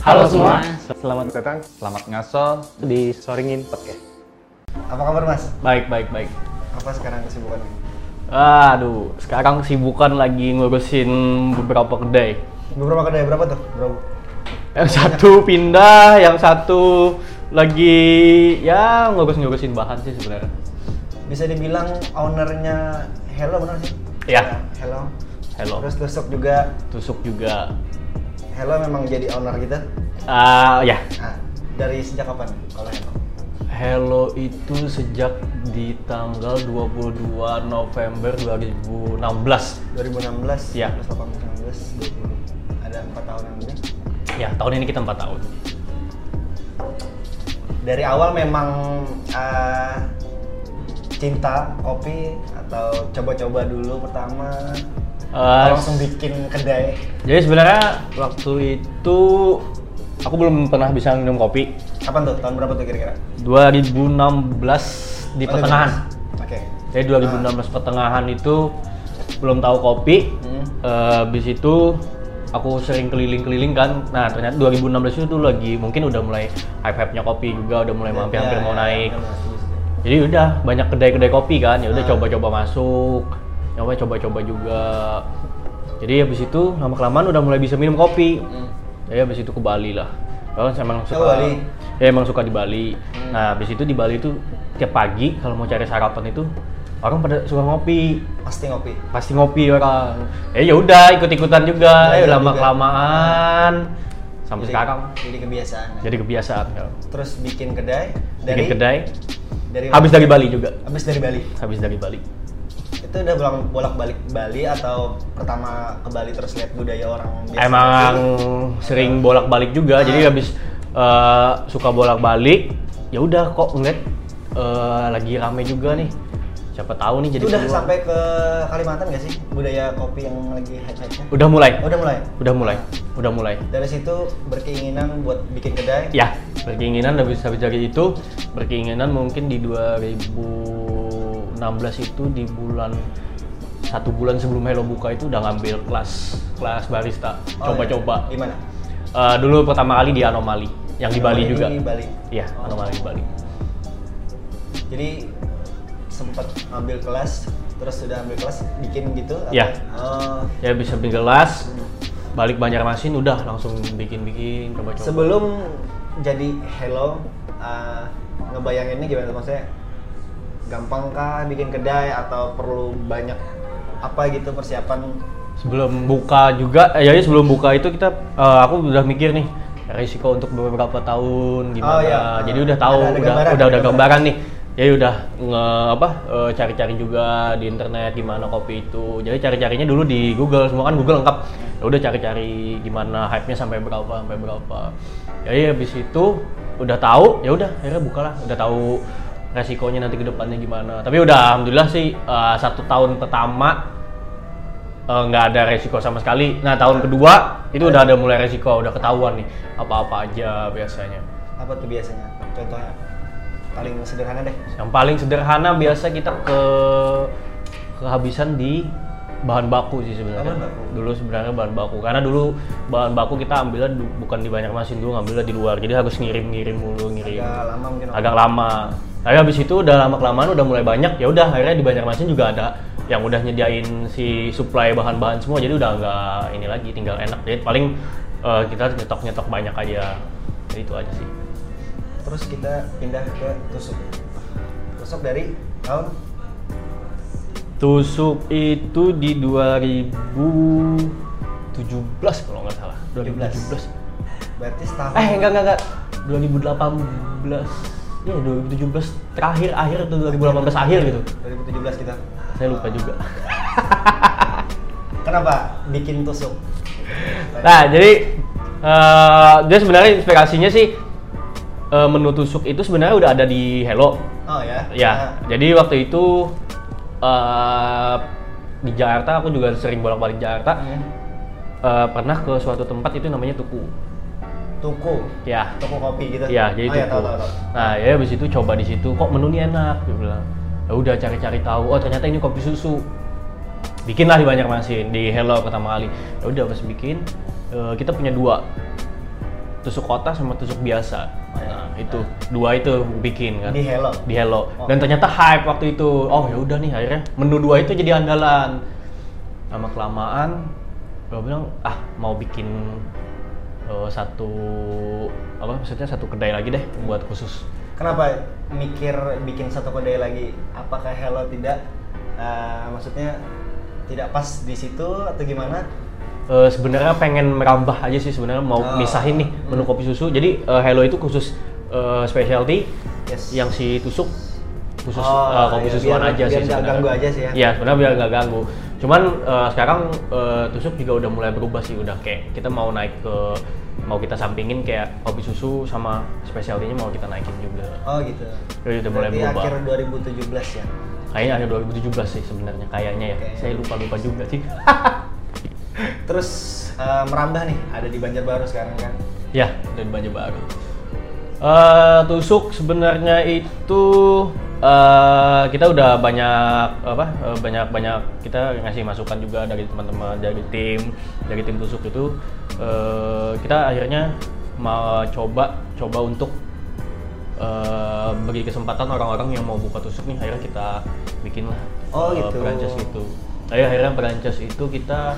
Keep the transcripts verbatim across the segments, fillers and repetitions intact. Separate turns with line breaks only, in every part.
Halo semua,
selamat datang, selamat ngaso di Soringin Podcast.
Apa kabar Mas?
Baik, baik, baik.
Apa sekarang kesibukan?
Aduh, sekarang kesibukan lagi ngurusin beberapa kedai.
Beberapa kedai, berapa tuh? Berapa?
Yang satu pindah, yang satu lagi ya ngurus-ngurusin bahan sih sebenarnya.
Bisa dibilang ownernya Hello benar sih?
Iya.
Hello.
Hello.
Terus Tusuk juga.
Tusuk juga.
Hello memang jadi owner kita?
Ah, uh, ya.
Nah, dari sejak kapan kalau Hello?
Hello itu sejak di tanggal dua puluh dua November dua ribu enam belas.
dua ribu enam belas?
Ya.
dua ribu delapan belas, sembilan belas, dua puluh. Ada empat tahun yang lebih?
Ya, tahun ini kita empat tahun.
Dari awal memang uh, cinta kopi atau coba-coba dulu pertama?
Uh,
langsung bikin kedai?
Jadi sebenarnya waktu itu aku belum pernah bisa minum kopi.
Kapan tuh? Tahun berapa tuh kira-kira?
dua ribu enam belas di
Oh,
pertengahan.
Oke. Okay.
Jadi dua ribu enam belas ah. pertengahan itu belum tahu kopi. Hmm. Uh, habis itu aku sering keliling-keliling kan. Nah ternyata dua ribu enam belas itu tuh lagi mungkin udah mulai hype-hype-nya kopi juga, udah mulai hampir-hampir ya, mau ya, naik. Ya, jadi udah banyak kedai-kedai kopi kan. Ya udah ah. coba-coba masuk. Nyoba coba-coba juga. Jadi habis itu lama-kelamaan udah mulai bisa minum kopi. Hmm. Jadi habis itu ke Bali lah. Kalau saya emang suka,
oh, Bali.
Ya emang suka di Bali. Hmm. Nah habis itu di Bali itu tiap pagi kalau mau cari sarapan itu orang pada suka ngopi.
Pasti ngopi.
Pasti ngopi orang. Eh ya udah ikut-ikutan juga. Ya lama-kelamaan sampai
jadi,
sekarang.
Jadi kebiasaan.
Jadi kebiasaan. Ya.
Terus bikin kedai.
Dari, bikin kedai.
Dari
habis dari Bali juga.
Habis dari Bali.
Habis dari Bali.
Itu udah bolak bolak-balik Bali atau pertama ke Bali terus lihat budaya orang biasa?
Emang sering bolak-balik juga. Ah. Jadi habis uh, suka bolak-balik, ya udah kok ngeliat uh, lagi rame juga nih. Siapa tahu nih jadi.
Itu udah peluang. Sampai ke Kalimantan nggak sih budaya kopi yang lagi hype-hype-nya?
Udah mulai.
Udah mulai.
Udah mulai. Udah mulai.
Dari situ berkeinginan buat bikin kedai?
Ya, berkeinginan habis habis dari itu berkeinginan mungkin di dua ribu enam belas itu di bulan satu bulan sebelum Hello buka itu udah ngambil kelas kelas barista.
Oh,
coba-coba.
Di mana?
Uh, dulu pertama kali di Anomali yang
Anomali
di Bali juga.
Di Bali.
Iya, oh. Anomali di Bali.
Jadi sempat ambil kelas, terus sudah ambil kelas bikin gitu?
Iya.
Oh.
Ya bisa bikin kelas, balik Banjarmasin udah langsung bikin-bikin, coba-coba.
Sebelum jadi Hello, uh, ngebayanginnya gimana maksudnya? Gampangkah bikin kedai atau perlu banyak apa gitu persiapan? Sebelum
buka juga, eh, jadi sebelum buka itu kita, uh, aku udah mikir nih risiko untuk beberapa tahun gimana. Oh, iya. Jadi udah tahu, ada, ada udah gambaran, udah udah gambaran nih. Jadi udah nge apa uh, cari-cari juga di internet gimana kopi itu. Jadi cari-carinya dulu di Google, semua kan Google lengkap. Ya udah cari-cari gimana hype-nya sampai berapa sampai berapa. Jadi habis itu udah tahu, ya udah akhirnya bukalah, udah tahu resikonya nanti ke depannya gimana. Tapi udah alhamdulillah sih uh, satu tahun pertama nggak uh, ada resiko sama sekali. Nah tahun kedua itu udah ada mulai resiko, udah ketahuan nih apa-apa aja biasanya.
Apa tuh biasanya? Contohnya paling sederhana deh.
Yang paling sederhana biasa kita ke kehabisan di bahan baku sih sebenarnya.
Bahan baku.
Dulu sebenarnya bahan baku karena dulu bahan baku kita ambilnya du- bukan di Banjarmasin, dulu ngambilnya di luar. Jadi harus ngirim-ngirim mulu, ngirim.
Agak lama mungkin.
Agak lama. Tapi habis itu udah lama kelamaan udah mulai banyak, ya udah akhirnya di Banjarmasin juga ada yang udah nyediain si supply bahan-bahan semua, jadi udah nggak ini lagi, tinggal enak. Jadi paling uh, kita nyetok-nyetok banyak aja, jadi itu aja sih.
Terus kita pindah ke Tusuk. Tusuk dari tahun?
Tusuk itu di dua ribu tujuh belas kalau nggak salah. dua ribu tujuh belas.
Berarti setahun.
Eh enggak enggak enggak. dua ribu delapan belas. Ya, dua ribu tujuh belas terakhir akhir atau dua ribu delapan belas akhir gitu.
dua ribu tujuh belas kita.
Saya lupa juga.
Kenapa bikin Tusuk?
Nah, jadi uh, dia sebenarnya inspirasinya sih uh, menu tusuk itu sebenarnya udah ada di Hello.
Oh ya.
Ya. Nah. Jadi waktu itu uh, di Jakarta aku juga sering bolak-balik Jakarta. Hmm. Uh, pernah ke suatu tempat itu namanya Tuku.
Tuku.
Ya.
Tuku kopi gitu.
Ya, jadi
oh,
Tuku.
Ya, tahu, tahu, tahu.
Nah, ya habis itu coba di situ, kok menu ini enak, dia bilang. Ya udah cari-cari tahu, oh ternyata ini kopi susu. Bikinlah di Banjarmasin, di Hello pertama kali. Ya udah pas bikin, uh, kita punya dua. tusuk kotak sama tusuk biasa. Nah, itu dua itu bikin kan.
Di Hello.
Di Hello.
Oh.
Dan ternyata hype waktu itu. Oh ya udah nih akhirnya menu dua itu jadi andalan. Lama kelamaan gue bilang ah mau bikin uh, satu apa maksudnya satu kedai lagi deh buat khusus.
Kenapa mikir bikin satu kedai lagi? Apakah Hello tidak uh, maksudnya tidak pas di situ atau gimana?
Uh, sebenarnya pengen merambah aja sih sebenarnya mau oh. misahin nih menu hmm. kopi susu. Jadi uh, Hello itu khusus uh, specialty yes. yang si tusuk khusus oh, uh, kopi iya, susuan
biar,
aja
biar
sih
sebenarnya. Biar ganggu aja sih ya.
Iya sebenarnya biar nggak ganggu. Cuman uh, sekarang uh, tusuk juga udah mulai berubah sih, udah kayak kita mau naik ke mau kita sampingin kayak kopi susu sama specialty-nya mau kita naikin juga.
Oh gitu.
Jadi udah mulai berubah.
Akhir dua ribu tujuh belas ya.
Kayaknya akhir dua ribu tujuh belas sih sebenarnya kayaknya ya. Okay. Saya lupa-lupa juga sih.
Terus uh, merambah nih, ada di Banjarbaru sekarang kan?
Ya, ada di Banjarbaru. Uh, tusuk sebenarnya itu uh, kita udah banyak apa? Uh, banyak banyak kita ngasih masukan juga dari teman-teman dari tim dari tim tusuk itu. Uh, kita akhirnya mau coba coba untuk uh, beri kesempatan orang-orang yang mau buka tusuk nih. Akhirnya kita bikin lah
oh,
uh,
gitu.
franchise gitu. Akhirnya akhirnya franchise itu kita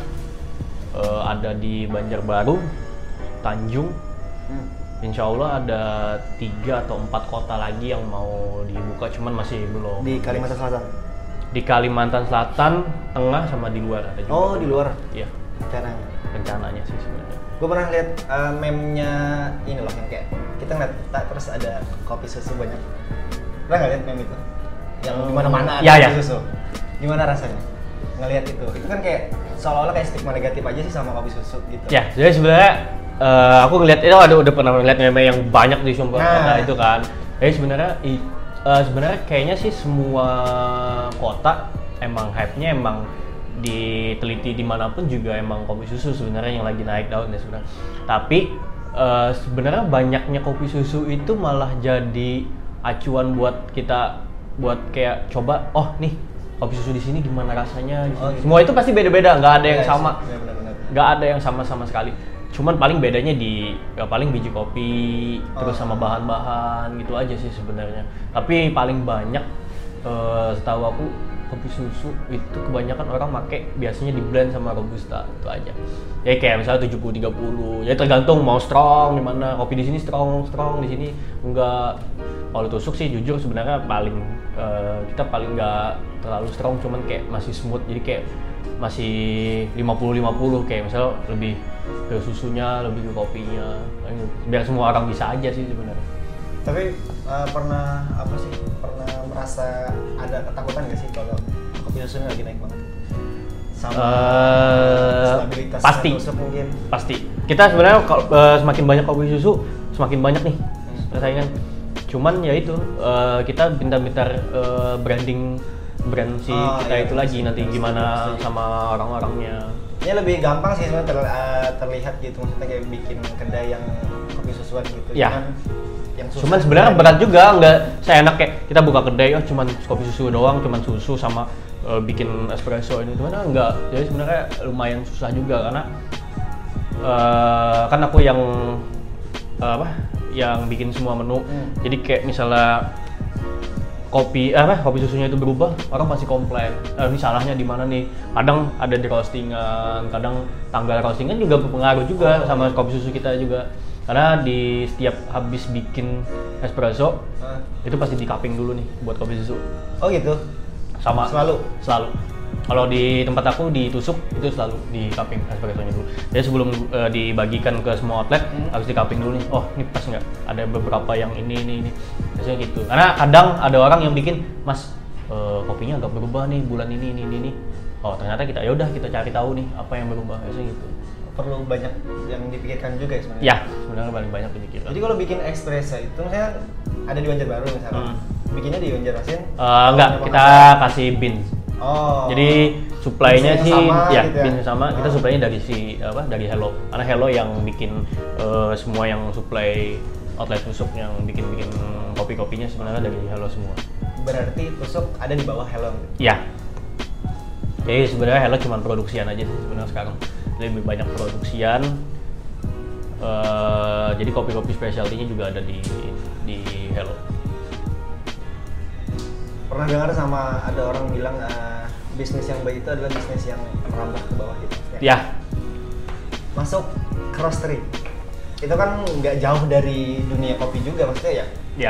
Uh, ada di Banjarbaru, Tanjung, hmm. Insya Allah ada tiga atau empat kota lagi yang mau dibuka, cuman masih belum.
Di Kalimantan Selatan?
Di Kalimantan Selatan, Tengah, sama di luar ada juga.
Oh, di luar?
Iya.
Rencananya?
Rencananya sih sebenarnya.
Gue pernah lihat uh, meme-nya ini loh, yang kayak kita ngeliat terus ada kopi susu banyak. Pernah nggak lihat meme itu? Yang di mana-mana ada
ya,
kopi
ya.
susu. Gimana rasanya ngelihat itu? Itu kan kayak seolah-olah kayak stigma negatif aja sih sama kopi susu gitu.
Ya, jadi sebenarnya uh, aku ngeliat itu ada udah pernah ngeliat meme yang banyak di sumpah nah. kota itu kan. Jadi sebenarnya uh, sebenarnya kayaknya sih semua kota emang hype-nya emang diteliti dimanapun juga emang kopi susu sebenarnya yang lagi naik daun ya sebenarnya. Tapi uh, sebenarnya banyaknya kopi susu itu malah jadi acuan buat kita buat kayak coba oh nih kopi susu di sini gimana rasanya di sini. Oh, gitu. Semua itu pasti beda-beda, nggak ada yang ya, sama, nggak ada yang sama sama sekali. Cuman paling bedanya di ya paling biji kopi, oh. terus sama bahan-bahan gitu aja sih sebenarnya. Tapi paling banyak uh, setahu aku kopi susu itu kebanyakan orang pakai biasanya di blend sama robusta itu aja. Ya kayak misalnya tujuh puluh tiga puluh. Ya tergantung mau strong gimana. Kopi di sini strong strong di sini enggak. Kalau tusuk sih jujur sebenarnya paling uh, kita paling nggak terlalu strong, cuman kayak masih smooth, jadi kayak masih lima puluh lima puluh kayak misalnya lebih ke susunya, lebih ke kopinya, biar semua orang bisa aja sih sebenarnya.
Tapi uh, pernah apa sih? Pernah merasa ada ketakutan nggak sih kalau kopi susunya lagi naik banget? Sama uh, stabilitas
pasti,
tusuk mungkin?
Pasti. Kita sebenarnya kalau uh, semakin banyak kopi susu, semakin banyak nih hmm. persaingan. Cuman ya itu uh, kita pintar-pintar uh, branding brand si oh, kita iya, itu lagi nanti gimana pasti. Sama orang-orangnya.
Ini lebih gampang sih sebenarnya ter, uh, terlihat gitu, maksudnya kayak bikin kedai yang kopi susuan gitu.
Ya.
Cuman yang
cuman sebenarnya berat juga, nggak saya enak kayak kita buka kedai oh cuman kopi susu doang, cuman susu sama uh, bikin espresso ini tuh enggak. Jadi sebenarnya lumayan susah juga karena uh, kan aku yang uh, apa? yang bikin semua menu. Hmm. Jadi kayak misalnya kopi apa kopi susunya itu berubah, orang pasti komplain. Eh, ini salahnya di mana nih? Kadang ada di roastingan, kadang tanggal roastingan juga berpengaruh juga oh, sama iya. kopi susu kita juga. Karena di setiap habis bikin espresso, uh. itu pasti di cupping dulu nih buat kopi susu.
Oh gitu.
Sama
selalu
selalu. Kalau di tempat aku ditusuk itu selalu di cupping espressonya dulu. Jadi sebelum uh, dibagikan ke semua outlet hmm. harus di cupping dulu nih. Oh, ini pas nggak? Ada beberapa yang ini ini ini. Biasanya gitu. Karena kadang ada orang yang bikin, "Mas, uh, kopinya agak berubah nih bulan ini ini ini." Oh, ternyata kita ya udah kita cari tahu nih apa yang berubah. Biasanya gitu.
Perlu banyak yang dipikirkan juga ya sebenarnya.
Ya, sebenarnya paling banyak dipikirkan.
Jadi kalau bikin espresso itu misalnya ada di Banjarbaru misalnya. Hmm. Bikinnya di Banjarmasin?
Uh, enggak, kita kasih beans. Oh. Jadi supply-nya sih sama, ya, gitu ya? Bin sama. Oh. Kita supply-nya dari si apa? Dari Hello. Karena Hello yang bikin uh, semua yang supply outlet tusuk yang bikin-bikin kopi-kopinya sebenarnya dari Hello semua.
Berarti tusuk ada di bawah Hello?
Ya. Jadi sebenarnya Hello cuma produksian aja sih sebenarnya sekarang. Lebih banyak produksian. Uh, jadi kopi-kopi specialty-nya juga ada di di Hello.
Pernah dengar sama ada orang bilang uh, bisnis yang baik itu adalah bisnis yang merambah ke bawah gitu.
Ya. ya.
Masuk ke roastery. Itu kan nggak jauh dari dunia kopi juga maksudnya ya?
Ya.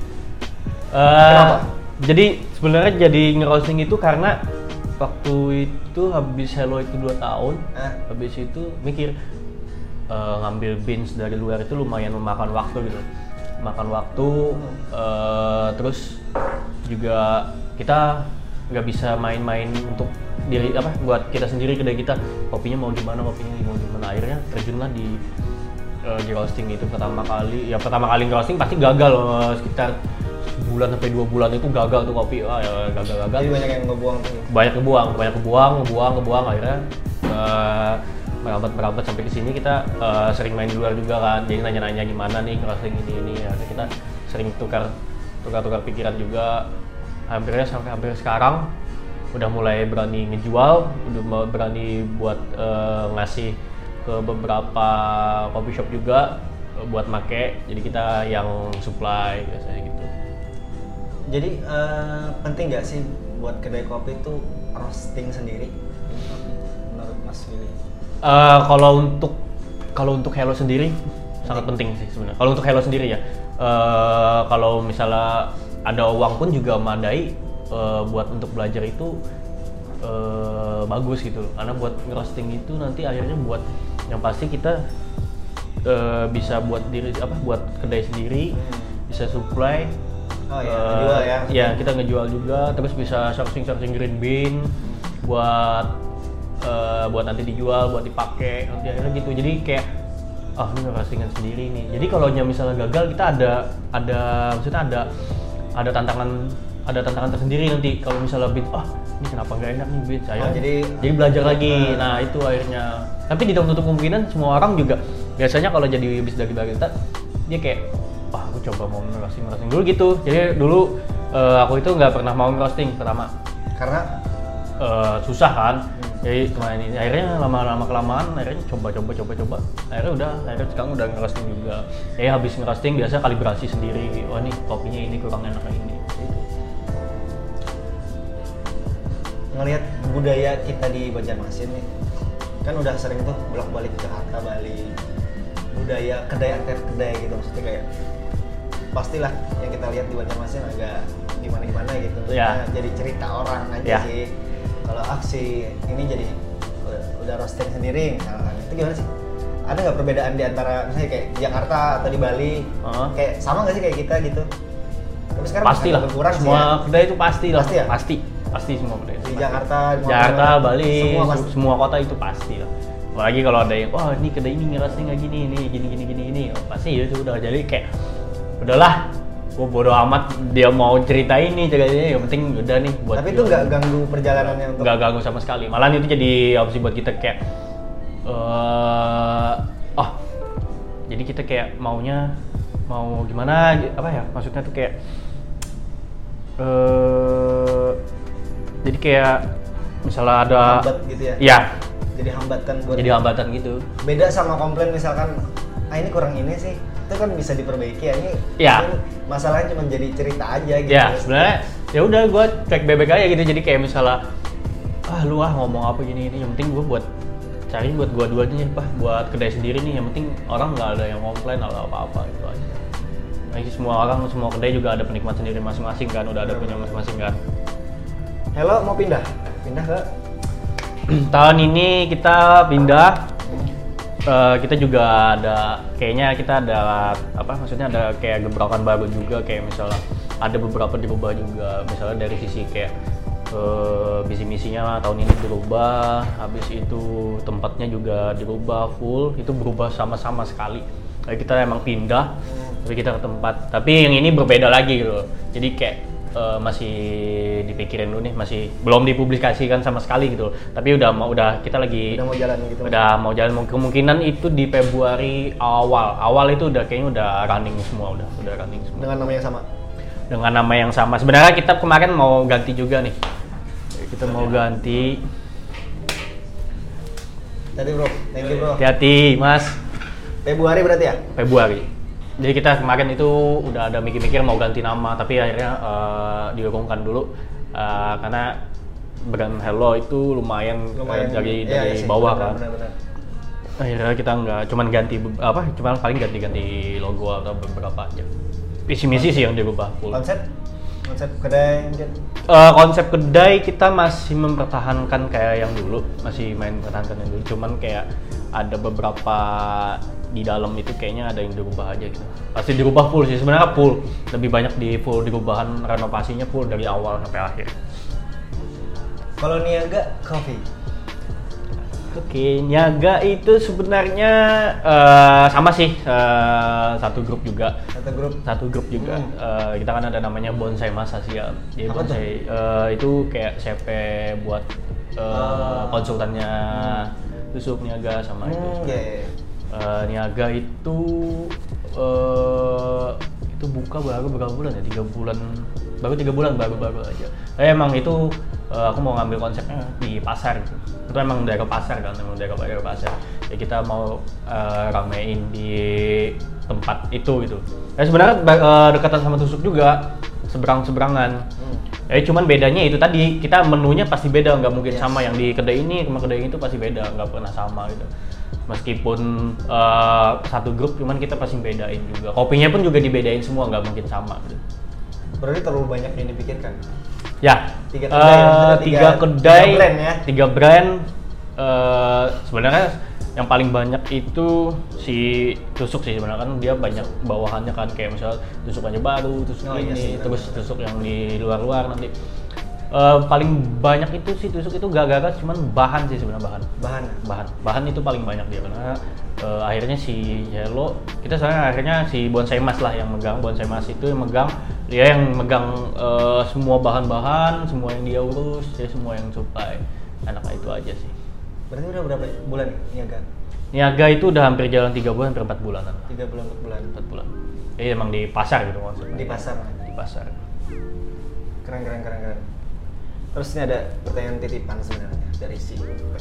Uh, Kenapa? Jadi sebenarnya jadi ngerosting itu karena waktu itu habis Hello itu dua tahun, eh? habis itu mikir uh, ngambil beans dari luar itu lumayan memakan waktu gitu, makan waktu, hmm. uh, terus juga kita nggak bisa main-main untuk diri apa buat kita sendiri kedai kita kopinya mau gimana kopinya mau gimana akhirnya terjunlah di uh, di roasting itu pertama kali ya pertama kali roasting pasti gagal uh, sekitar bulan sampai dua bulan itu gagal tuh kopi ah ya gagal-gagal.
Jadi banyak yang ngebuang tuh.
Banyak ngebuang, banyak ngebuang, ngebuang, ngebuang akhirnya uh, merambat-merambat sampai ke sini kita uh, sering main di luar juga kan. Jadi nanya-nanya gimana nih roasting ini ini akhirnya kita sering tukar tukar-tukar pikiran juga. Hampirnya sampai hampir sekarang udah mulai berani ngejual, udah berani buat uh, ngasih ke beberapa coffee shop juga uh, buat make. Jadi kita yang supply biasanya gitu.
Jadi uh, penting nggak sih buat kedai kopi itu roasting sendiri menurut Mas Willy?
Uh, kalau untuk kalau untuk Hello sendiri penting. Sangat penting sih sebenarnya. Kalau untuk Hello sendiri ya, uh, kalau misalnya ada uang pun juga memadai uh, buat untuk belajar itu uh, bagus gitu. Karena buat ngerosting itu nanti akhirnya buat yang pasti kita uh, bisa buat diri apa buat kedai sendiri, hmm. bisa supply.
Oh iya, uh, ngejual ya?
Iya, kita ngejual juga, terus bisa sourcing-sourcing green bean buat uh, buat nanti dijual, buat dipakai, nanti akhirnya gitu. Jadi kayak, ah oh, ini roastingan sendiri nih. Jadi kalau misalnya gagal, kita ada ada maksudnya ada ada tantangan ada tantangan tersendiri nanti. Kalau misalnya beat, ah oh, ini kenapa nggak enak nih beat? Saya
oh, jadi
jadi belajar lagi. Nah itu akhirnya. Tapi tidak menutup kemungkinan semua orang juga biasanya kalau jadi bis dari barista dia kayak wah aku coba mau ngerosting ngerosting dulu gitu. Jadi dulu uh, aku itu nggak pernah mau ngerosting pertama
karena
uh, susah kan. Hmm. Jadi kemarin ini akhirnya lama-lama kelamaan akhirnya coba-coba coba-coba akhirnya udah akhirnya sekarang udah ngerosting juga. Jadi habis ngerosting biasa kalibrasi sendiri. Wah nih kopinya ini kurang enak ini. Gitu.
Ngelihat budaya kita di Banjarmasin nih kan udah sering tuh bolak-balik ke Jakarta, Bali, budaya kedai antar kedai gitu maksudnya kayak pastilah yang kita lihat di Banjarmasin agak gimana-gimana gitu
ya.
Jadi cerita orang aja ya. Sih kalau aksi ini jadi udah roasting sendiri misalkan itu gimana sih? Ada nggak perbedaan di antara misalnya kayak di Jakarta atau di Bali uh-huh. kayak sama nggak sih kayak kita gitu?
Tapi sekarang pasti lah semua ya. Kedai itu pasti lah pasti ya? pasti pasti semua kedai
di Jakarta di
Jakarta Bali, Bali
semua,
semua kota itu pasti lah. Apalagi kalau ada yang wah ini kedai ini ngerosting nggak gini ini gini gini gini gini oh, pasti itu udah jadi kayak udahlah gue bodo amat dia mau cerita ini ceritanya yang penting udah nih buat
tapi itu nggak ganggu perjalanannya untuk
nggak ganggu sama sekali malah itu jadi opsi buat kita kayak uh, oh jadi kita kayak maunya mau gimana apa ya maksudnya tuh kayak uh, jadi kayak misalnya ada
hambat gitu ya
ya
jadi hambatan buat
jadi hambatan gitu
beda sama komplain misalkan ah ini kurang ini sih itu kan bisa diperbaiki ya ini
ya.
Masalahnya cuma jadi cerita aja gitu
ya sebenarnya ya udah gue cek bebek aja gitu jadi kayak misalnya ah lu ah ngomong apa gini ini yang penting gue buat cari buat gue duanya pak buat kedai sendiri nih yang penting orang nggak ada yang komplain atau apa apa gitu aja nah, semua orang semua kedai juga ada penikmat sendiri masing-masing kan udah ada punya masing-masing kan.
Hello mau pindah pindah ke
tahun ini kita pindah. Uh, kita juga ada kayaknya kita ada apa maksudnya ada kayak gebrakan baru juga kayak misalnya ada beberapa dirubah juga misalnya dari sisi kayak uh, visi misinya tahun ini dirubah habis itu tempatnya juga dirubah full itu berubah sama-sama sekali jadi kita emang pindah tapi kita ke tempat tapi yang ini berbeda lagi gitu jadi kayak uh, masih dipikirin dulu nih masih belum dipublikasikan sama sekali gitu tapi udah mau udah kita lagi
udah mau jalan gitu
udah mau jalan kemungkinan itu di Februari awal awal itu udah kayaknya udah running semua udah udah running semua
dengan nama yang sama
dengan nama yang sama sebenarnya kita kemarin mau ganti juga nih kita mau ganti
tadi bro thank you bro
hati-hati mas
Februari berarti ya?
Februari. Jadi kita kemarin itu udah ada mikir-mikir mau ganti nama, tapi akhirnya uh, diurungkan dulu uh, karena brand Hello itu lumayan, lumayan uh, dari iya, dari iya bawah benar, kan. Benar, benar. Akhirnya kita nggak cuman ganti apa, cuman paling ganti-ganti logo atau beberapa aja. Visi misi sih yang dirubah.
Konsep konsep kedai mungkin?
Uh, konsep kedai kita masih mempertahankan kayak yang dulu, masih main pertahankan yang dulu, cuman kayak ada beberapa di dalam itu kayaknya ada yang dirubah aja gitu. Pasti dirubah full sih, sebenarnya full. Lebih banyak di full dirubahan, renovasinya full dari awal sampai akhir.
Kalau Niaga Coffee?
Oke, Niaga itu sebenarnya uh, sama sih, uh, satu grup juga.
Satu grup? Satu grup
juga. Hmm. Uh, kita kan ada namanya Bonsai Mas Asia. Jadi apa bonsai uh, itu kayak C P buat uh, uh. konsultannya Tusuk Niaga sama hmm, itu.
Yeah.
Uh, Niaga itu uh, itu buka baru berapa bulan ya? Tiga bulan, baru tiga bulan baru-baru aja. Eh, emang itu uh, aku mau ngambil konsepnya di pasar gitu. Itu emang daerah pasar kan, emang daerah daerah pasar. Ya kita mau uh, ramein di tempat itu gitu. Ya sebenarnya uh, dekatan sama Tusuk juga, seberang-seberangan. Hmm. Ya cuman bedanya itu tadi, kita menunya pasti beda, nggak mungkin yes. sama yang di kedai ini sama kedai itu pasti beda, nggak pernah sama gitu. Meskipun uh, satu grup, cuman kita pasti bedain juga. Kopinya pun juga dibedain semua, nggak mungkin sama. Gitu.
Berarti terlalu banyak yang dipikirkan?
Ya,
tiga kedai,
uh, tiga, tiga kedai,
tiga brand ya?
Tiga brand. Uh, sebenarnya yang paling banyak itu si Tusuk sih sebenarnya, kan dia banyak bawahannya kan, kayak misalnya Tusuk aja baru, Tusuk oh, ini, iya terus Tusuk yang di luar-luar nanti. Uh, paling banyak itu sih Tusuk itu gara-gara cuman bahan sih sebenarnya, bahan.
Bahan.
Bahan. Bahan itu paling banyak dia karena uh, akhirnya si Hello, kita sebenarnya akhirnya si Bonsai Mas lah yang megang, Bonsai Mas itu yang megang, dia yang megang uh, semua bahan-bahan, semua yang dia urus, dia semua yang supply. Enaknya itu aja sih.
Berarti udah berapa bulan Niaga?
Niaga itu udah hampir jalan tiga bulan, hampir empat bulanan.
Tiga bulan, empat bulan.
Empat bulan. Jadi emang di pasar gitu maksudnya.
Di pasar.
Di pasar.
Keren, keren, keren, keren. Terus ini ada pertanyaan titipan sebenarnya dari si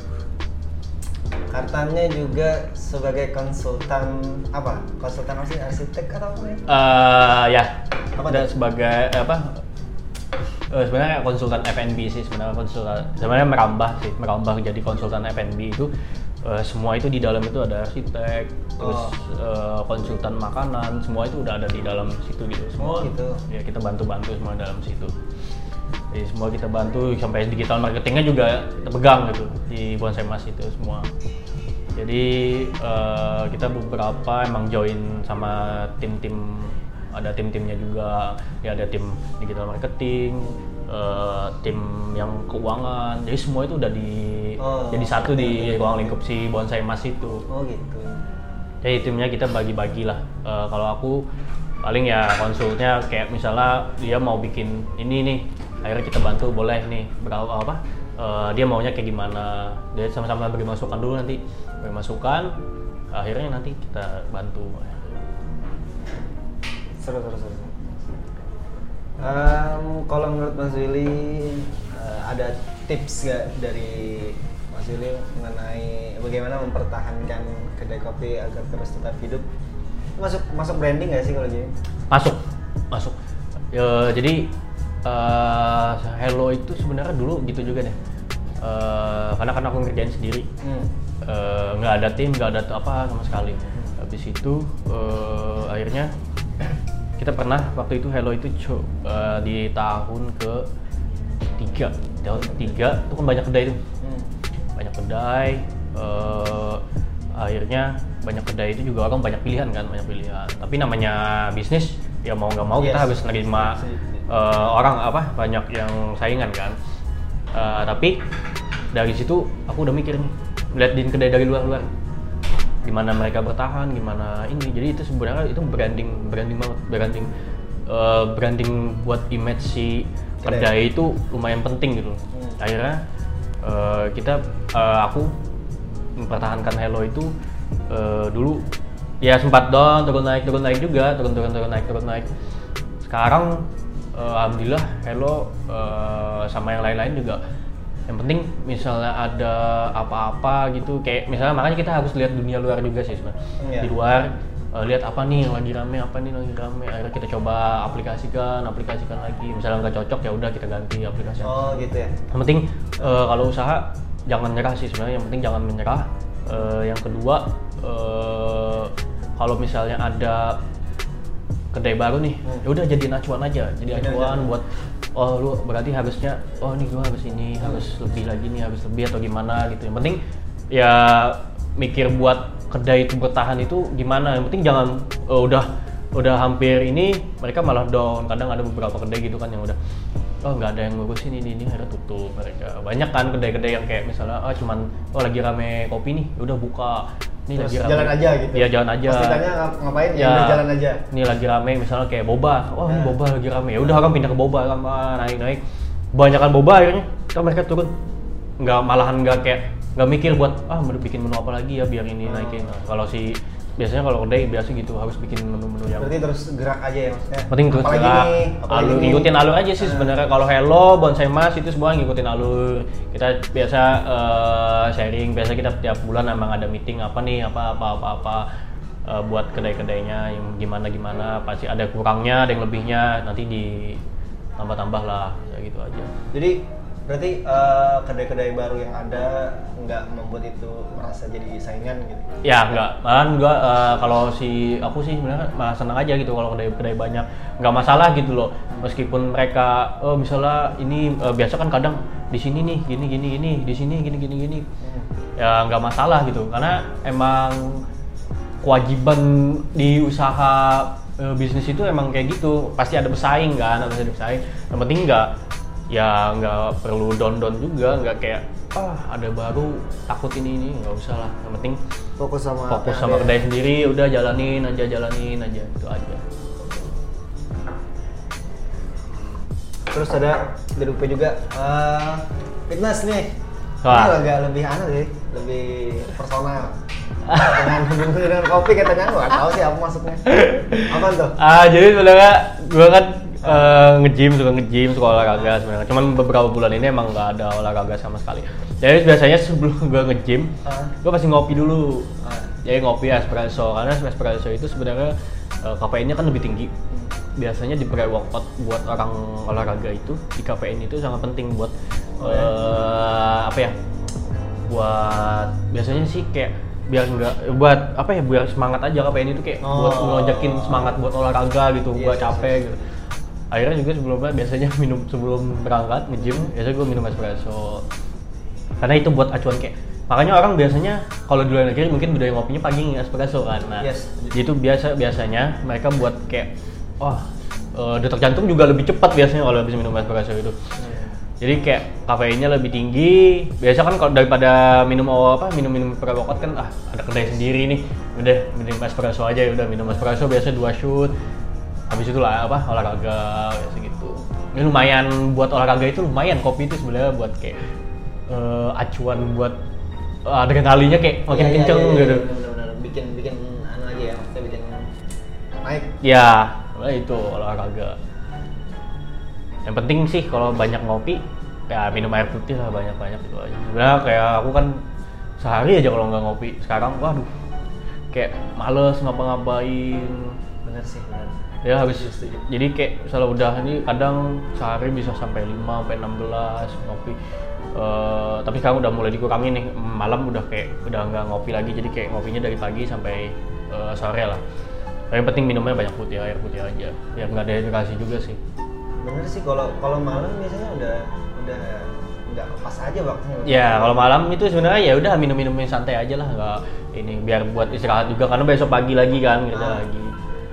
katanya juga sebagai konsultan apa? Konsultan apa sih? Arsitek atau apa ya?
Uh, ya.
Apa
ada sebagai apa? Uh, sebenarnya konsultan F and B sih, sebenarnya konsultan. Sebenarnya merambah sih, merambah jadi konsultan F and B itu uh, semua itu di dalam itu ada arsitek, terus oh. uh, konsultan makanan, semua itu udah ada di dalam situ gitu. Semua
oh, gitu.
Ya kita bantu-bantu semua dalam situ. Jadi semua kita bantu, sampai digital marketingnya juga kita pegang gitu di Bonsai Mas itu semua. Jadi uh, kita beberapa emang join sama tim-tim, ada tim-timnya juga, ya ada tim digital marketing, uh, tim yang keuangan. Jadi semua itu udah di oh, jadi satu di ruang lingkup si Bonsai Mas itu.
Oh gitu.
Jadi timnya kita bagi-bagi lah. Uh, kalau aku paling ya konsulnya kayak misalnya dia mau bikin ini nih, akhirnya kita bantu, boleh nih berapa apa uh, dia maunya kayak gimana, dia sama-sama beri masukan dulu, nanti beri masukan, akhirnya nanti kita bantu.
Seru seru seru. Um, kalau menurut Mas Willy uh, ada tips gak dari Mas Willy mengenai bagaimana mempertahankan kedai kopi agar terus tetap hidup? Masuk masuk branding gak sih kalau gini?
Masuk, masuk. Ya, jadi Uh, Hello itu sebenarnya dulu gitu juga deh, uh, karena kan aku ngerjain sendiri, hmm. uh, nggak ada tim, nggak ada apa sama sekali. Hmm. Habis itu uh, akhirnya kita pernah waktu itu Hello itu uh, di tahun ke tiga, tahun ketiga itu kan banyak kedai tuh, hmm. banyak kedai. Uh, akhirnya banyak kedai itu juga orang banyak pilihan kan, banyak pilihan. Tapi namanya bisnis ya mau nggak mau yes. kita harus nerima. Uh, orang apa banyak yang saingan kan, uh, tapi dari situ aku udah mikir nih, liatin kedai dari luar-luar, gimana mereka bertahan, gimana ini. Jadi itu sebenarnya itu branding, branding banget, branding, uh, branding buat image si kedai itu lumayan penting gitu. Hmm. Akhirnya uh, kita, uh, aku mempertahankan Hello itu uh, dulu, ya sempat down, turun naik, turun naik juga, turun turun turun naik, turun naik. Sekarang Uh, alhamdulillah Hello uh, sama yang lain-lain juga Yang penting misalnya ada apa-apa gitu, kayak misalnya makanya kita harus lihat dunia luar juga sih sebenarnya. Yeah. Di luar uh, lihat apa nih yang lagi rame, apa nih lagi rame. Akhirnya kita coba aplikasikan, aplikasikan lagi. Misalnya nggak cocok ya udah kita ganti aplikasi.
Oh gitu ya.
Yang penting uh, kalau usaha jangan nyerah sih sebenarnya. Yang penting jangan menyerah. Uh, yang kedua uh, kalau misalnya ada kedai baru nih, hmm. ya udah jadiin acuan aja, jadi acuan buat oh lu berarti harusnya oh nih gua harus ini hmm. harus lebih lagi nih harus lebih atau gimana gitu. Yang penting ya mikir buat kedai itu bertahan itu gimana. Yang penting jangan uh, udah udah hampir ini mereka malah down. Kadang ada beberapa kedai gitu kan yang udah oh nggak ada yang ngurusin ini ini akhirnya tutup mereka. Banyak kan kedai-kedai yang kayak misalnya oh cuman oh lagi rame kopi nih, udah buka. Ini
terus
lagi rame.
Jalan aja gitu.
Iya jalan aja.
Pasti tanya ngapain? Ya, ya jalan aja.
Ini lagi rame misalnya kayak boba. Wah, oh, ini boba lagi rame. Ya udah orang pindah ke boba kan naik-naik. Banyakan boba akhirnya kan mereka turun. Nggak malahan nggak kayak nggak mikir buat ah mau bikin menu apa lagi ya biar ini hmm. naikin. Nah, kalau si biasanya kalau kedai biasa gitu harus bikin menu-menu yang
berarti terus gerak aja ya maksudnya.
Penting terus gerak. Alur ngikutin alur aja sih sebenarnya. Kalau Hello, Bonsai Mas itu semua ngikutin alur. Kita biasa uh, sharing, biasa kita tiap bulan emang ada meeting apa nih, apa apa apa apa uh, buat kedai-kedainya yang gimana gimana, pasti ada kurangnya, ada yang lebihnya, nanti ditambah-tambah lah, kayak gitu aja.
Jadi berarti uh, kedai-kedai baru yang ada nggak membuat itu merasa jadi saingan gitu?
Ya nggak, malah nggak. Uh, kalau si aku sih sebenarnya malah senang aja gitu kalau kedai-kedai banyak, nggak masalah gitu loh. Meskipun mereka, oh misalnya ini uh, biasa kan kadang di sini nih gini gini gini, di sini gini gini gini, hmm. ya nggak masalah gitu. Karena emang kewajiban di usaha uh, bisnis itu emang kayak gitu, pasti ada bersaing kan, pasti ada bersaing. Yang penting nggak ya nggak perlu down-down juga, nggak kayak ah ada baru takut ini ini nggak usah lah. Yang penting
fokus sama
fokus sama kedai sendiri, udah jalanin aja jalanin aja itu aja.
Terus ada di U P juga uh, fitness nih.
Wah.
Ini agak lebih aneh sih, lebih personal. Dengan hubungan dengan kopi katanya, nggak tahu sih apa maksudnya. Apa tuh?
Ah jadi sebenarnya gue kan Uh, nge-gym, suka nge-gym, suka olahraga sebenarnya. Cuman beberapa bulan ini emang nggak ada olahraga sama sekali. Jadi biasanya sebelum gue nge-gym, uh. gue pasti ngopi dulu. Uh. Jadi ngopi espresso, karena espresso itu sebenarnya uh, kafeinnya kan lebih tinggi. Biasanya di pre-workout buat orang olahraga itu, di kafein itu sangat penting buat uh, oh, ya? apa ya? Buat biasanya sih kayak biar enggak buat apa ya? Biar semangat aja kafein itu kayak oh. buat ngejakin semangat buat olahraga gitu, yes, buat capek yes. gitu. Akhirnya juga sebelumnya biasanya minum sebelum berangkat nge-gym, biasanya gue minum espresso. Karena itu buat acuan kayak, makanya orang biasanya kalau di luar negeri mungkin budaya ngopinya pagi espresso kan. Nah, yes. itu biasa biasanya mereka buat kayak, oh uh, detak jantung juga lebih cepat biasanya kalau habis minum espresso itu. Hmm. Jadi kayak kafeinnya lebih tinggi. Biasa kan kalau daripada minum apa minum-minum pre-workout kan ah ada kedai sendiri nih, udah minum espresso aja ya udah minum espresso biasa dua shoot. Habis itu lah apa olahraga kayak segitu. Ini lumayan buat olahraga itu lumayan kopi itu sebenarnya buat kayak uh, acuan buat uh, adrenalinnya kayak makin ya, kenceng ya, ya, gitu.
Benar-benar bikin bikin anu aja ya, maksudnya bikin naik.
Ya, itu olahraga. Yang penting sih kalau banyak ngopi ya minum air putih lah banyak-banyak itu aja. Sebenarnya kayak aku kan sehari aja kalau nggak ngopi. Sekarang waduh kayak males ngapa-ngapain.
Bener sih, bener.
Ya habis jadi kayak misalnya udah ini kadang sehari bisa sampai lima sampai enam belas ngopi. Uh, tapi sekarang udah mulai dikurangi nih, malam udah kayak udah nggak ngopi lagi, jadi kayak ngopinya dari pagi sampai uh, sore lah. Yang penting minumnya banyak putih, air putih aja, ya nggak dehidrasi juga sih.
Bener sih, kalau kalau malam biasanya udah udah nggak pas aja waktunya.
Ya kalau malam itu sebenarnya ya udah minum-minum santai aja lah, nggak ini biar buat istirahat juga karena besok pagi lagi kan kita ah. lagi.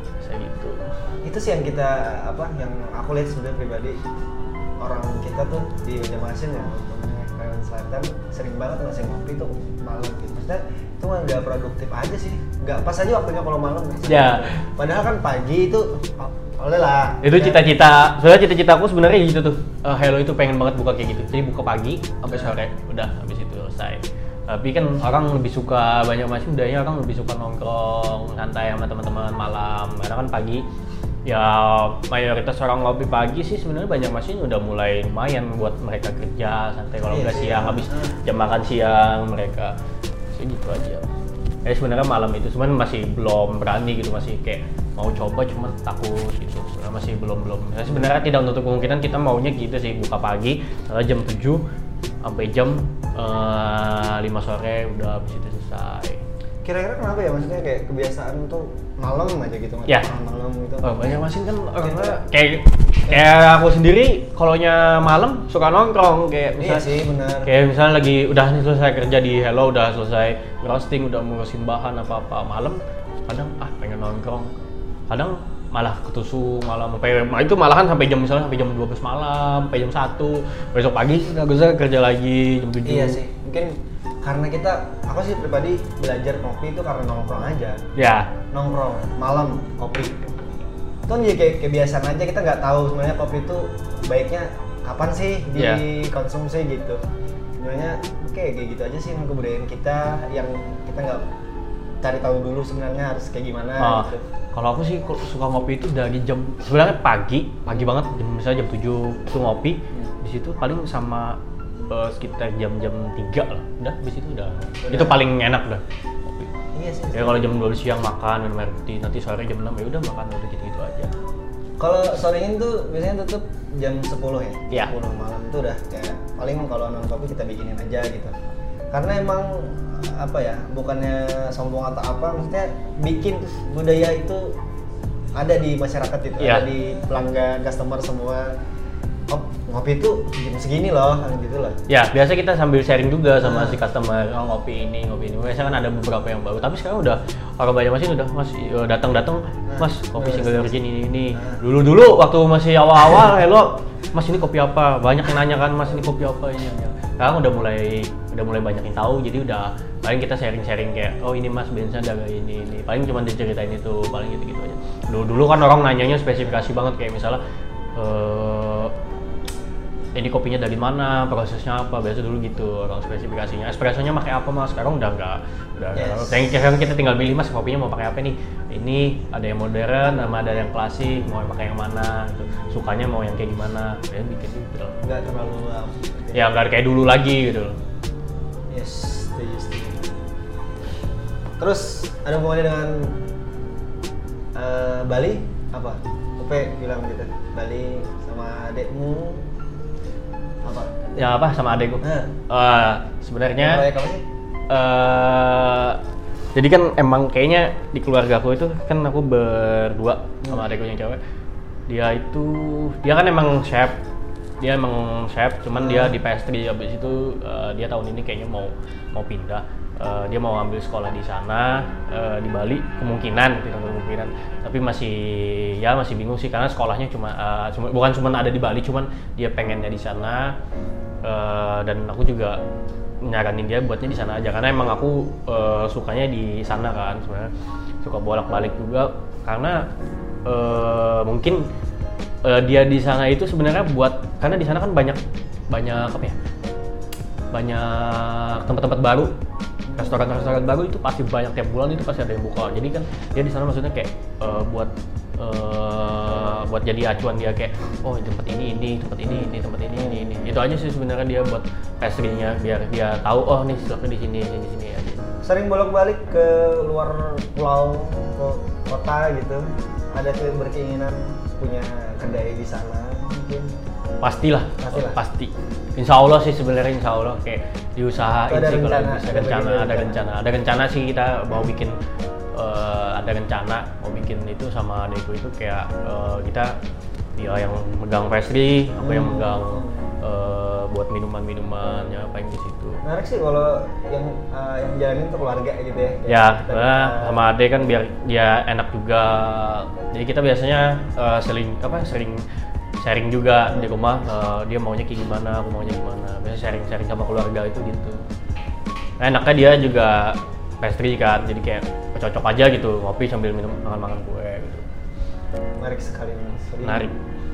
Itu sih yang kita apa yang aku lihat sebenarnya pribadi, orang kita tuh di Banjarmasin ya Kalimantan Selatan sering banget ngasih ngopi tuh malam gitu. Maksudnya itu nggak produktif aja sih, nggak pas aja waktunya kalau malam.
Ya.
Padahal kan pagi itu oh, oleh lah.
Itu cita-cita, sebenarnya cita-citaku sebenarnya gitu tuh. Uh, Hello itu pengen banget buka kayak gitu. Jadi buka pagi sampai sore, udah habis itu selesai. Tapi kan orang lebih suka Banjarmasin, budayanya orang lebih suka nongkrong santai sama teman-teman malam. Karena kan pagi Ya mayoritas orang ngopi pagi sih sebenarnya Banjarmasin udah mulai lumayan buat mereka kerja santai kalau nggak
iya,
siang habis jam makan siang mereka sih gitu aja. Eh sebenarnya malam itu cuman masih belum berani gitu, masih kayak mau coba cuman takut gitu. Sebenarnya masih belum belum. Nah, sebenarnya tidak menutup kemungkinan kita maunya gitu sih, buka pagi jam tujuh sampai jam uh, lima sore udah habis itu selesai.
Kira-kira kenapa ya, maksudnya kayak kebiasaan tuh malam aja gitu,
ya.
malam gitu.
Oh, Banjarmasin kan orangnya kayak kayak aku sendiri kalaunya malam suka nongkrong kayak
misalnya, iya sih, benar.
Kayak misalnya lagi udah selesai kerja di Hello, udah selesai roasting, udah ngurusin bahan apa-apa malam, kadang ah pengen nongkrong. Kadang malah ketusuk malam sampai itu malahan sampai jam misalnya sampai jam dua belas malam, sampai jam satu. Besok pagi udah bisa kerja lagi jam tujuh.
Iya sih. Mungkin karena kita, aku sih pribadi belajar kopi itu karena nongkrong aja.
Ya.
Nongkrong malam kopi. Itu kan jadi kayak kebiasaan aja, kita nggak tahu sebenarnya kopi itu baiknya kapan sih dikonsumsi yeah. gitu. Sebenarnya kayak kayak gitu aja sih emang kebudayaan kita yang kita nggak cari tahu dulu sebenarnya harus kayak gimana. Oh, gitu.
Kalau aku sih suka ngopi itu dari jam sebenarnya pagi, pagi banget, jam, misalnya jam tujuh itu ngopi. Hmm. Di situ paling sama uh, sekitar jam-jam tiga lah. Udah di situ udah. udah. Itu paling enak udah. Kopi. Iya sih. Ya kalau jam dua belas siang makan minum air putih, nanti sore jam enam ya udah makan udah gitu-gitu aja.
Kalau sorenya tuh biasanya tutup jam sepuluh ya?
Iya.
sepuluh malam itu udah kayak paling kalau non kopi kita bikinin aja gitu. Karena emang apa ya, bukannya sombong atau apa, maksudnya bikin budaya itu ada di masyarakat itu, yeah. ada di pelanggan, customer semua. Oh, ngopi itu jam segini loh, gitu loh.
Ya, biasa kita sambil sharing juga sama nah. si customer, oh, ngopi ini, ngopi ini. Biasa kan ada beberapa yang baru, tapi sekarang udah orang Banjarmasin udah Mas datang-datang, nah, Mas kopi single origin ini ini. Nah. Dulu-dulu waktu masih awal-awal, hello, Mas ini kopi apa? Banyak yang nanya kan, Mas ini kopi apa ini. Sekarang udah mulai udah mulai banyak yang tahu, jadi udah paling kita sharing-sharing kayak oh ini Mas bensin ada ini ini, paling cuma diceritain itu, paling gitu-gitu aja. Dulu dulu kan orang nanyanya spesifikasi banget, kayak misalnya eee ini kopinya dari mana, prosesnya apa, biasa dulu gitu orang spesifikasinya. Espressonya pakai apa Mas? Sekarang udah enggak, udah yes. Sekarang kita tinggal milih Mas kopinya mau pakai apa nih. Ini ada yang modern, sama ada yang klasik, mau pakai yang mana, gitu. Sukanya mau yang kayak gimana, ya bikin gitu.
Enggak terlalu um,
ya enggak kayak dulu lagi gitu.
Yes, setuju, setuju. Terus ada hubungannya dengan uh, Bali apa? Upe bilang gitu, Bali sama adekmu apa?
Ya apa sama adekku?
Nah.
Uh, sebenarnya
proyek apa sih?
Uh, jadi kan emang kayaknya di keluarga aku itu kan aku berdua hmm. sama adekku yang cewek. Dia itu dia kan emang chef. Dia emang chef, cuman hmm. dia di pastry. Habis itu uh, dia tahun ini kayaknya mau mau pindah. Uh, dia mau ambil sekolah di sana uh, di Bali, kemungkinan tidak kemungkinan, tapi masih ya masih bingung sih karena sekolahnya cuma, uh, cuma bukan cuma ada di Bali, cuman dia pengennya di sana uh, dan aku juga nyaranin dia buatnya di sana aja karena emang aku uh, sukanya di sana kan, sebenarnya suka bolak-balik juga karena uh, mungkin uh, dia di sana itu sebenarnya buat karena di sana kan banyak banyak apa ya banyak tempat-tempat baru. Restoran-restoran baru itu pasti banyak, tiap bulan itu pasti ada yang buka. Jadi kan dia di sana maksudnya kayak uh, buat uh, buat jadi acuan dia kayak oh tempat ini ini tempat ini ini tempat ini ini ini. Itu aja sih sebenarnya dia buat pastry-nya biar dia tahu oh nih stoknya di sini di sini aja.
Sering bolak-balik ke luar pulau ke kota gitu. Ada tuh berkeinginan punya kedai di sana mungkin.
Pastilah, Pastilah. pasti. Insya Allah sih sebenarnya insya Allah kayak diusahain
ada
sih
rencana,
kalau bisa
ada
rencana, ada
rencana,
rencana, ada rencana sih kita mau bikin uh, ada rencana mau bikin itu sama adekku itu kayak uh, kita dia yang megang pastry, aku hmm. yang megang uh, buat minuman-minumannya apa yang di situ.
Menarik sih kalau yang uh, yang jalanin untuk keluarga gitu ya.
Ya, nah, sama adek kan biar dia enak juga. Jadi kita biasanya uh, sering apa sering sharing juga di rumah, uh, dia maunya kayak gimana, aku maunya gimana. Biasanya sharing-sharing sama keluarga itu gitu. Nah, enaknya dia juga pastry kan, jadi kayak cocok aja gitu, ngopi sambil minum makan-makan kue gitu.
Menarik sekali Mas.
Menarik.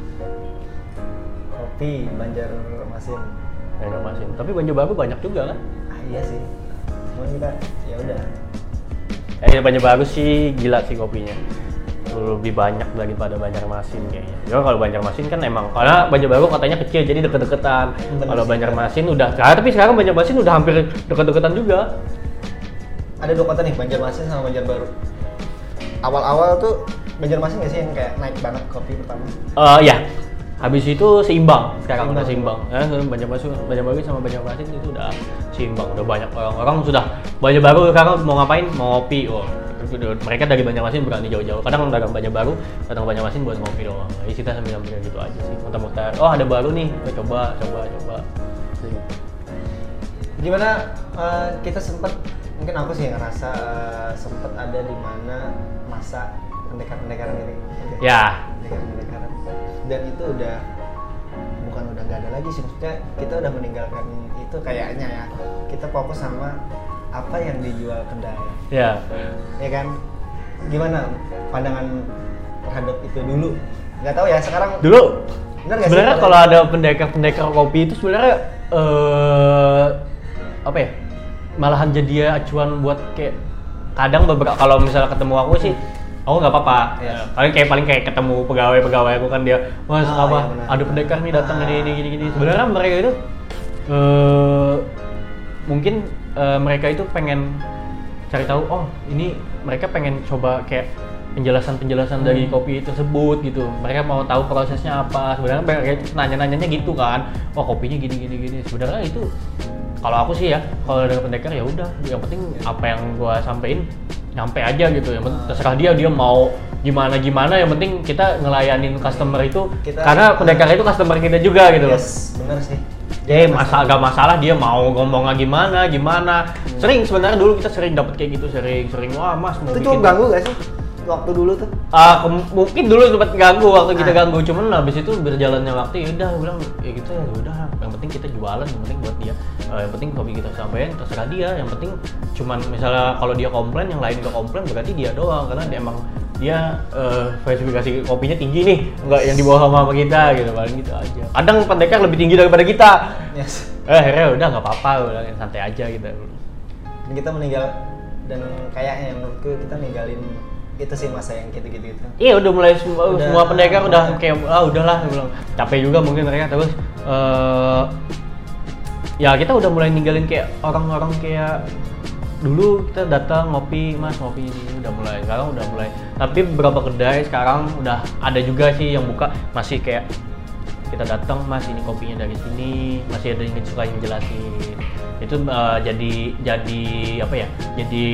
Kopi Banjarmasin.
Banjarmasin. Tapi Banjarbaru banyak juga kan?
Ah iya sih. Cuma kita ya udah.
Eh Banjarbaru sih gila sih kopinya. lebih banyak daripada Banjarmasin kayaknya. Ya kalau Banjarmasin kan emang karena Banjarbaru kotanya kecil jadi deket-deketan. Kalau Banjarmasin udah, nah, tapi sekarang Banjarmasin udah hampir deket-deketan juga.
Ada dua kota nih, Banjarmasin sama Banjarbaru. Awal-awal tuh Banjarmasin nggak sih yang kayak naik banget kopi pertama?
Eh uh, ya. Habis itu seimbang, sekarang udah seimbang. Ya, Banjarmasin, Banjarbaru sama Banjarmasin itu udah seimbang, udah banyak orang-orang sudah Banjarbaru sekarang mau ngapain? Mau ngopi. Oh, mereka dari Banjarmasin berani jauh-jauh. Kadang dagang Banjarbaru, kadang Banjarmasin buat ngopi doang. Jadi kita sambil-sambil gitu aja sih. Muter-muter. Oh, ada baru nih, coba, coba, coba.
Gimana uh, kita sempat, mungkin aku sih yang ngerasa uh, sempat ada di mana masa pendekar-pendekaran ini. Okay.
Ya.
Pendekar-pendekaran. Dan itu udah bukan udah nggak ada lagi sih, maksudnya kita udah meninggalkan itu kayaknya ya, kita fokus sama apa yang dijual kedai
ya
ya kan. Gimana pandangan terhadap itu dulu? Nggak tahu ya sekarang
dulu
benar nggak sih
sebenarnya kalau ada pendekar-pendekar kopi itu sebenarnya uh, apa ya, malahan jadi acuan buat kayak kadang beberapa kalau misalnya ketemu aku sih aku nggak apa-apa, yes. Paling kayak paling kayak ketemu pegawai-pegawai aku kan dia, mas oh, apa, iya ada pendekar nih datang ah. ini ini gini. Sebenarnya mereka itu uh, mungkin uh, mereka itu pengen cari tahu, oh ini mereka pengen coba kayak penjelasan-penjelasan hmm. dari kopi tersebut gitu. Mereka mau tahu prosesnya apa. Sebenarnya mereka nanya-nanyanya gitu kan, oh kopinya gini gini gini. Sebenarnya itu kalau aku sih ya, kalau dari pendekar ya udah, yang penting apa yang gua sampein nyampe aja gitu, yang penting terserah dia dia mau gimana gimana, yang penting kita ngelayanin customer itu kita, karena pendekar itu customer kita juga gitu loh.
Yes, bener sih.
Eh masa agak masalah dia mau ngomongnya gimana gimana. Hmm. Sering sebenarnya dulu kita sering dapat kayak gitu, sering sering wah mas mau
itu
bikin.
Itu cukup ganggu gak sih waktu dulu tuh?
Ah uh, mungkin dulu sempat ganggu waktu ah. kita ganggu, cuman habis itu berjalannya waktu ya udah bilang ya gitu ya udah, yang penting kita jualan, yang penting buat dia, uh, yang penting kopi kita sampein terserah dia, yang penting cuman misalnya kalau dia komplain yang lain nggak komplain berarti dia doang, karena dia emang dia uh, spesifikasi kopinya tinggi nih, nggak yang di bawah sama kita gitu, paling gitu aja. Kadang pendekar lebih tinggi daripada kita.
Yes.
Eh akhirnya udah nggak apa-apa, udah santai aja gitu.
Dan kita meninggal, dan kayaknya menurutku kita ninggalin itu sih masa yang gitu-gitu gitu.
Iya udah mulai semua, udah, semua pendekar udah kayak ah udahlah bilang capek juga mungkin mereka, terus uh, ya kita udah mulai ninggalin kayak orang-orang kayak dulu kita datang ngopi mas ngopi ini udah mulai, sekarang udah mulai, tapi beberapa kedai sekarang udah ada juga sih yang buka masih kayak kita datang mas ini kopinya dari sini, masih ada yang suka yang jelasin itu uh, jadi jadi apa ya jadi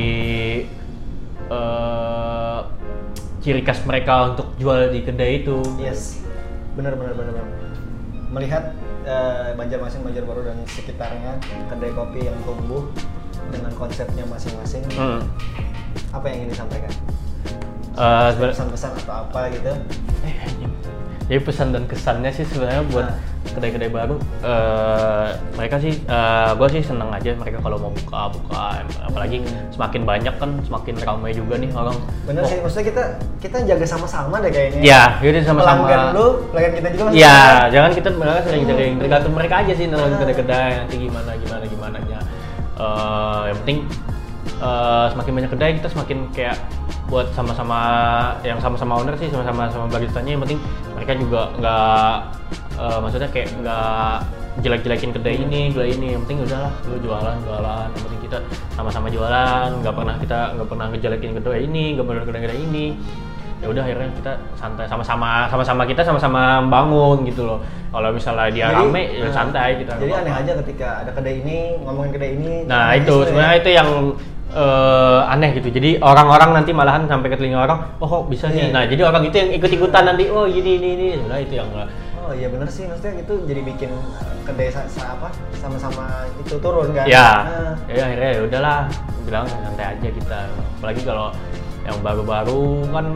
Uh, ciri khas mereka untuk jual di kedai itu.
Yes, benar benar benar. Melihat uh, Banjarmasin, Banjarbaru dan sekitarnya kedai kopi yang tumbuh dengan konsepnya masing-masing. Hmm. Apa yang ingin disampaikan? Uh, pesan-pesan atau apa gitu?
Eh, jadi pesan dan kesannya sih sebenarnya buat nah. kedai-kedai baru, uh, mereka sih, uh, gue sih seneng aja mereka kalau mau buka buka, apalagi semakin banyak kan semakin ramai juga nih orang.
Bener oh. sih, maksudnya kita kita jaga sama-sama deh kayaknya.
Iya, jadi sama-sama.
Pelanggan lu, pelanggan kita juga.
Iya, jangan kita mereka sering-sering tergantung mereka aja sih nonton nah. kedai-kedai nanti gimana gimana gimana nya. Uh, yang penting uh, semakin banyak kedai kita semakin kayak buat sama-sama yang sama-sama owner sih sama-sama sama baristanya, yang penting mereka juga nggak uh, maksudnya kayak nggak jelek-jelekin kedai ini, kedai ini, yang penting udahlah lu jualan jualan, yang penting kita sama-sama jualan, nggak pernah kita nggak pernah ngejelekin kedai ini, nggak pernah kedai-kedai ini, ya udah akhirnya kita santai sama-sama sama-sama kita sama-sama bangun gitu loh. Kalau misalnya dia jadi, rame ya santai kita.
Jadi aneh aja ketika ada kedai ini ngomongin kedai ini.
Nah itu sebenarnya ya. Itu yang Uh, aneh gitu, jadi orang-orang nanti malahan sampai ke telinga orang, oh kok bisa nih, yeah. Nah jadi orang itu yang ikut-ikutan nanti, oh ini ini ini, nah itu yang enggak.
Oh iya benar sih, maksudnya itu jadi bikin kedai sa- sa- apa sama-sama itu turun kan?
Ya, nah. ya akhirnya ya udahlah, bilang santai aja kita, apalagi kalau yang baru-baru kan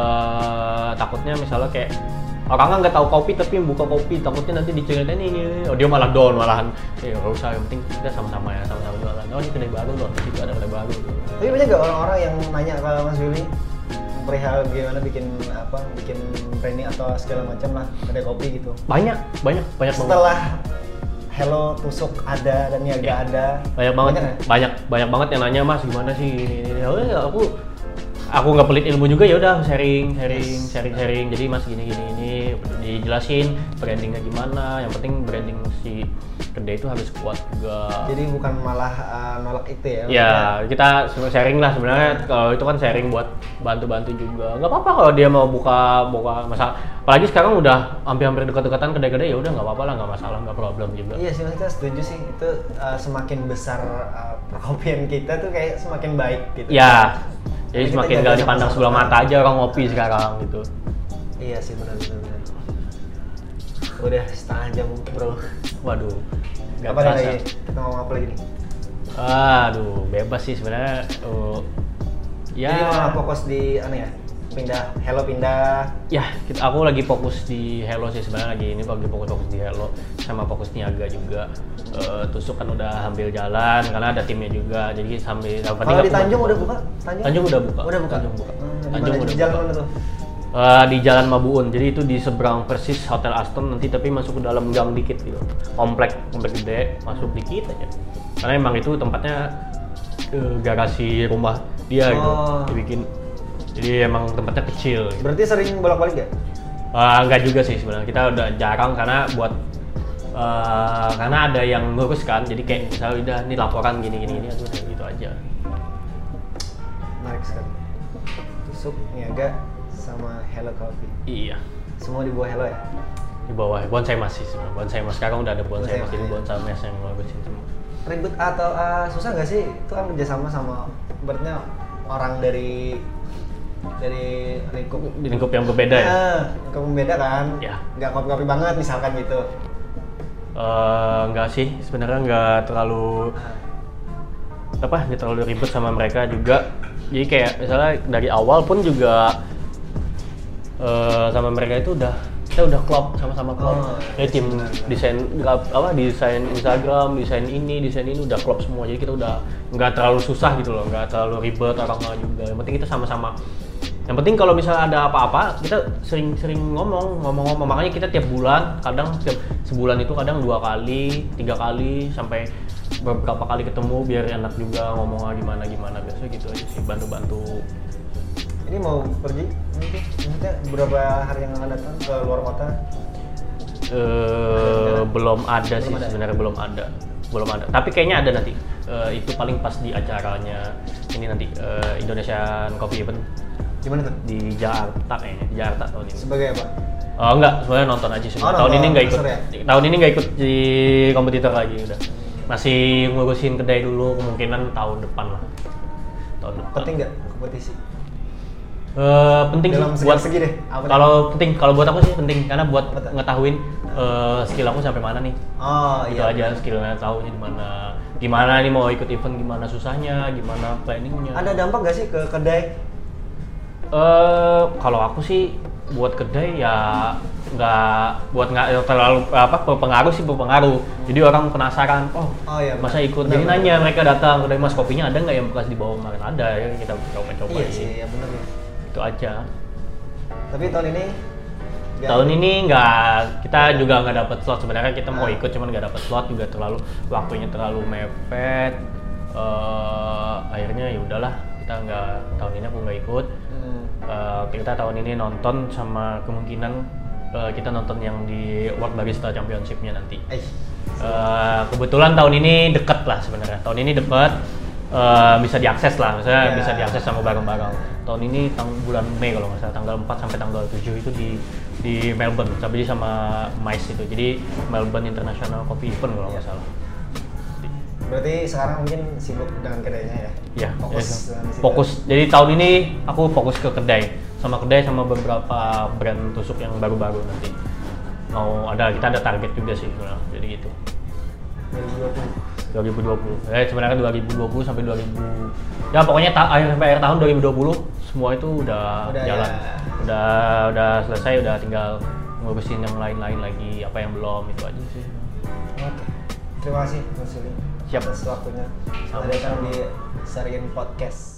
uh, takutnya misalnya kayak orang kan nggak tahu kopi tapi yang buka kopi takutnya nanti diceritain ini, oh dia malah down malahan, ya nggak usah, yang penting kita sama-sama ya sama-sama jualan. Oh ini kedai baru loh, itu ada kedai baru.
Tapi banyak nggak orang-orang yang nanya ke Mas Willy perihal gimana bikin apa, bikin branding atau segala macam lah kedai kopi gitu?
Banyak, banyak, banyak.
Setelah Hello Tusuk ada dan Niaga ya. Ada.
Banyak banget, banyak, banyak, banyak banget yang nanya mas gimana sih ini, ini. Oh ya aku aku nggak pelit ilmu juga, ya udah sharing sharing sharing sharing jadi mas gini gini ini dijelasin brandingnya gimana, yang penting branding si kedai itu harus kuat juga.
Jadi bukan malah uh, nolak itu ya?
Ya kita sharing lah sebenarnya, kalau itu kan sharing buat bantu-bantu juga. Nggak apa-apa kalau dia mau buka buka masalah. Apalagi sekarang udah hampir-hampir dekat-dekatan kedai-kedai, ya udah nggak apa-apa lah, nggak masalah, nggak problem juga.
Iya sih, kita setuju sih itu uh, semakin besar uh, perkopian kita tuh kayak semakin baik gitu.
Ya, jadi semakin nggak dipandang sebelah mata aja orang ngopi sekarang gitu.
Iya sih, benar-benar. Udah setengah jam bro.
Waduh.
Apa lagi? Kita ngomong apa lagi nih?
Aduh, bebas sih sebenarnya. Uh, ya.
Jadi mau fokus di ano ya? Pindah, Hello pindah.
Ya, kita, aku lagi fokus di Hello sih sebenarnya, lagi ini lagi fokus-fokus di Hello sama fokus niaga juga. Uh, tusuk kan udah hampir jalan karena ada timnya juga. Jadi sambil
kalau di Tanjung udah buka?
Tanjung? Tanjung udah buka.
Udah buka.
Tanjung buka.
Hmm,
Tanjung udah
di jalan
buka.
mana tuh?
Uh, di Jalan Mabuun, jadi itu di seberang persis Hotel Aston nanti, tapi masuk ke dalam gang dikit gitu, komplek komplek gede, masuk dikit aja. Karena emang itu tempatnya uh, garasi rumah dia gitu,
oh.
dibikin. Jadi emang tempatnya kecil. Gitu.
Berarti sering bolak-balik nggak?
Uh, enggak juga sih sebenarnya, kita udah jarang karena buat uh, karena ada yang ngurus kan, jadi kayak misalnya udah ini laporan gini gini ini, aduh gitu aja.
Menarik sekali. Tusuk, niaga, sama Hello Coffee.
Iya.
Semua di bawah Hello ya?
Di bawah Bonsai Mas sih sebenarnya. Bonsai Mas sekarang udah ada Bonsai Mas, jadi Bonsai Mas yang ngurusin semua.
Ribet atau uh, susah nggak sih? Itu kan kerjasama sama berarti orang dari dari lingkup
di lingkup yang berbeda ya?
Nah, lingkup berbeda kan?
Ya.
Nggak kopi-kopi banget misalkan gitu?
Uh, enggak sih, sebenarnya nggak terlalu apa, nggak terlalu ribet sama mereka juga. Jadi kayak misalnya dari awal pun juga Uh, sama mereka itu udah kita udah klop, sama-sama klop.
Oh,
ya tim desain apa desain Instagram, desain ini, desain ini udah klop semua. Jadi kita udah nggak terlalu susah gitu loh, nggak terlalu ribet orangnya juga. Yang penting kita sama-sama. Yang penting kalau misalnya ada apa-apa kita sering-sering ngomong, ngomong-ngomong. Makanya kita tiap bulan, kadang tiap sebulan itu kadang dua kali, tiga kali sampai beberapa kali ketemu biar enak juga ngomongnya gimana gimana. Biasa gitu aja sih, bantu-bantu.
Ini mau pergi nanti, maksudnya berapa hari yang akan datang ke luar kota?
Uh, belum ada belum sih sebenarnya, belum ada, belum ada. Tapi kayaknya ada nanti. Uh, itu paling pas di acaranya ini nanti uh, Indonesian Coffee Event.
Di mana tuh?
Di Jakarta kayaknya, di Jakarta tahun ini.
Sebagai apa?
Oh enggak, sebenarnya nonton aja sih.
Oh,
tahun ini nggak ikut.
Ya?
Tahun ini nggak ikut di kompetitor lagi udah. Masih ngurusin kedai dulu, kemungkinan tahun depan lah. Tahun depan.
Penting nggak kompetisi?
Uh, penting
dalam
sih buat
segi deh.
Kalau penting, kalau buat aku sih penting karena buat ngetahuin uh, skill aku sampai mana nih.
Oh
itu
iya.
aja skillnya, tahunya di mana. Gimana nih mau ikut event, gimana susahnya, gimana planningnya.
Ada dampak nggak sih ke kedai?
Uh, kalau aku sih buat kedai ya nggak buat nggak terlalu apa berpengaruh sih berpengaruh. Jadi orang penasaran, oh,
oh iya,
masa ikut.
Benar,
jadi
benar.
nanya mereka datang, kedai Mas kopinya ada nggak yang bekas di bawah kemarin? Ada ya, kita coba-coba.
Iya sih, ya benar ya.
Itu aja.
Tapi tahun ini
gak tahun ini nggak, kita ya. juga nggak dapat slot sebenarnya. Kita mau ikut cuman nggak dapat slot, juga terlalu waktunya terlalu mepet. Uh, akhirnya ya udahlah, kita nggak, tahun ini aku nggak ikut. hmm. uh, kita tahun ini nonton sama kemungkinan uh, kita nonton yang di World Barista Championship-nya nanti. Uh, kebetulan tahun ini deket lah sebenarnya, tahun ini deket. Uh, bisa diakses lah, misalnya yeah. bisa diakses sama barang-barang. Tahun ini tang bulan Mei kalau nggak salah, tanggal empat sampai tanggal tujuh itu di di Melbourne, tapi sama MICE itu. Jadi Melbourne International Coffee Event kalau nggak yeah. salah.
Berarti sekarang mungkin sibuk dengan kedainya ya?
Iya.
Fokus.
Ya, fokus. Jadi tahun ini aku fokus ke kedai, sama kedai sama beberapa brand tusuk yang baru-baru nanti. Mau ada, kita ada target juga sih sebenarnya. Jadi gitu. dua ribu dua puluh. Eh sebenarnya dua ribu dua puluh sampai dua ribu. Ya pokoknya ta akhir sampai akhir tahun dua ribu dua puluh semua itu udah, udah jalan. Ya. Udah udah selesai, udah tinggal ngurusin yang lain-lain lagi, apa yang belum, itu aja sih.
Oke. Terima kasih Mas Suli.
Siap.
Atas waktunya. Sampai datang di Sarian Podcast.